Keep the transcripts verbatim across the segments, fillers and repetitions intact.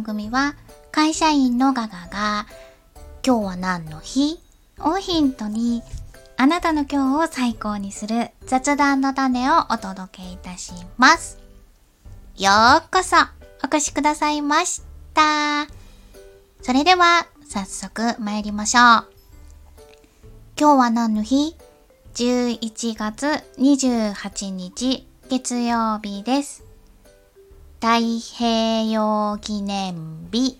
組は会社員のガガが今日は何の日をヒントにあなたの今日を最高にする雑談の種をお届けいたします。ようこそお越しくださいました。それでは早速参りましょう。今日は何の日 ?じゅういちがつにじゅうはちにち月曜日です。太平洋記念日、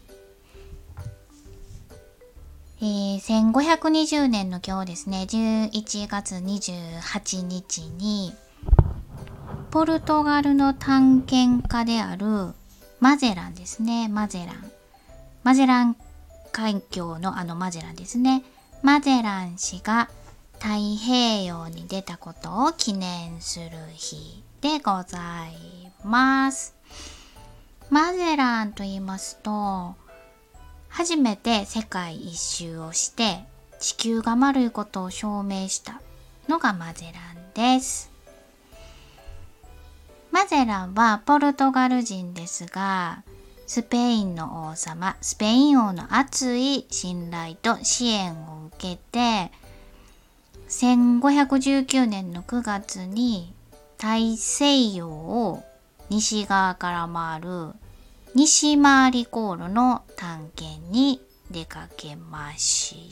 えー、せんごひゃくにじゅうねんの今日ですね、じゅういちがつにじゅうはちにちにポルトガルの探検家であるマゼランですね。マゼランマゼラン海峡のあのマゼランですね。マゼラン氏が太平洋に出たことを記念する日でございます。マゼランと言いますと、初めて世界一周をして地球が丸いことを証明したのがマゼランです。マゼランはポルトガル人ですが、スペインの王様、スペイン王の熱い信頼と支援を受けて、せんごひゃくじゅうきゅうねんのくがつに大西洋を西側から回る西回り航路の探検に出かけました。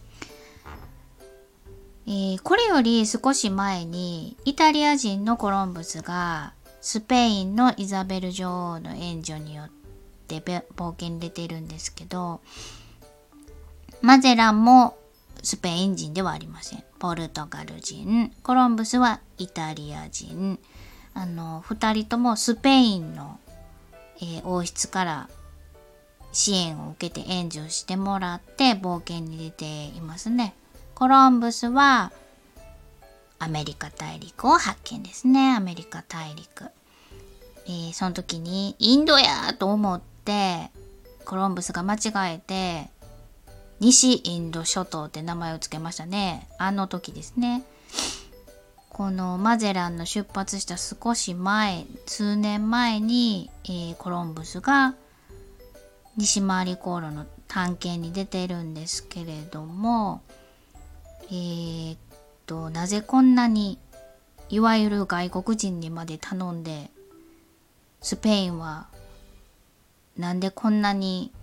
えー、これより少し前にイタリア人のコロンブスがスペインのイザベル女王の援助によって冒険に出てるんですけど、マゼランもスペイン人ではありません。ポルトガル人、コロンブスはイタリア人、あの二人ともスペインの、えー、王室から支援を受けて援助してもらって冒険に出ていますね。コロンブスはアメリカ大陸を発見ですね。アメリカ大陸、えー、その時にインドやと思ってコロンブスが間違えて西インド諸島って名前をつけましたね。あの時ですね。このマゼランの出発した少し前、数年前に、えー、コロンブスが西回り航路の探検に出てるんですけれども、えー、っとなぜこんなにいわゆる外国人にまで頼んで、スペインはなんでこんなに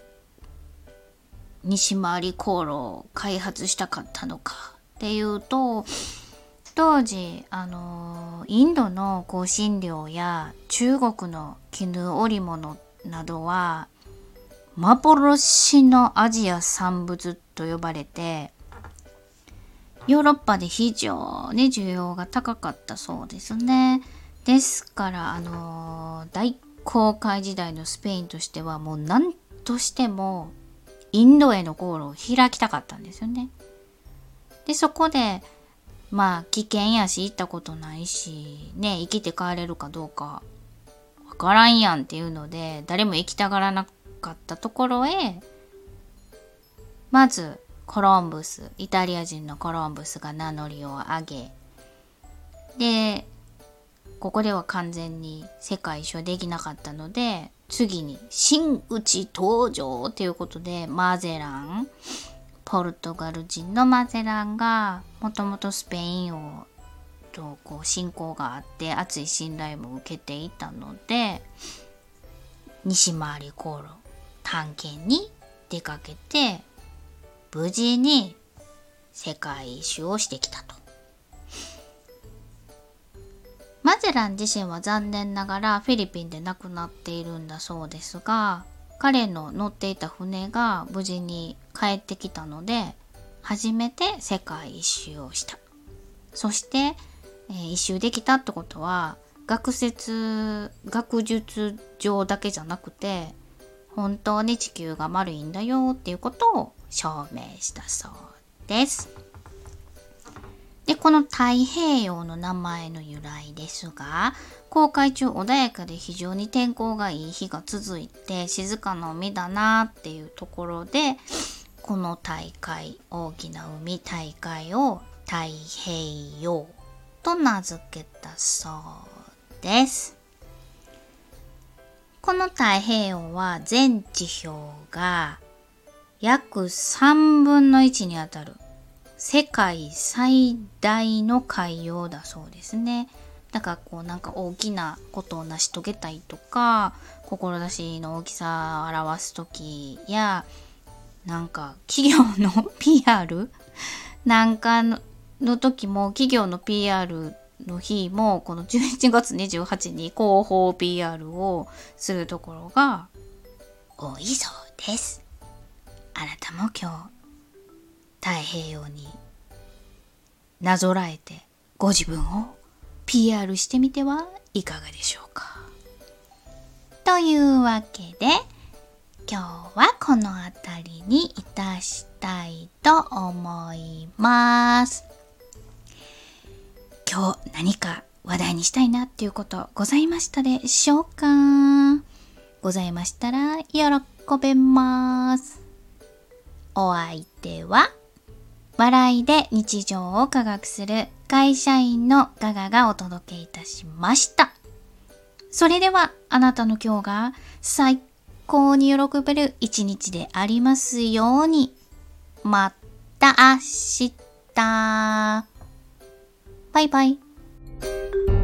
西回り航路を開発したかったのかっていうと、当時あのインドの香辛料や中国の絹織物などは幻のアジア産物と呼ばれて、ヨーロッパで非常に需要が高かったそうですね。ですからあの大航海時代のスペインとしてはもう何としてもインドへの航路を開きたかったんですよね。でそこでまあ危険やし行ったことないしね、生きて帰れるかどうかわからんやんっていうので誰も行きたがらなかったところへ、まずコロンブス、イタリア人のコロンブスが名乗りを上げ、でここでは完全に世界一周できなかったので、次に真打ち登場ということでマゼラン、ポルトガル人のマゼランがもともとスペイン王とこう親交があって熱い信頼も受けていたので、西回り航路探検に出かけて無事に世界一周をしてきたと。マゼラン自身は残念ながらフィリピンで亡くなっているんだそうですが、彼の乗っていた船が無事に帰ってきたので初めて世界一周をした。そして、えー、一周できたってことは学説学術上だけじゃなくて本当に地球が丸いんだよっていうことを証明したそうです。でこの太平洋の名前の由来ですが、航海中穏やかで非常に天候がいい日が続いて静かな海だなっていうところで、この大海、大きな海大海を太平洋と名付けたそうです。 この太平洋は全地表が約さんぶんのいちにあたる世界最大の海洋だそうですね。だからこうなんか大きなことを成し遂げたいとか、志の大きさを表すときや、なんか企業の ピーアール なんかのの時も、企業の ピーアール の日もこのじゅういちがつにじゅうはちにちに広報 ピーアール をするところが多いそうです。あなたも今日太平洋になぞらえてご自分を ピーアール してみてはいかがでしょうか。というわけで今日はこの辺りにいたしたいと思います。今日何か話題にしたいなっていうことございましたでしょうか。ございましたら喜べます。お相手は笑いで日常を科学する会社員のガガがお届けいたしました。それではあなたの今日が最高に喜べる一日でありますように。また明日。バイバイ。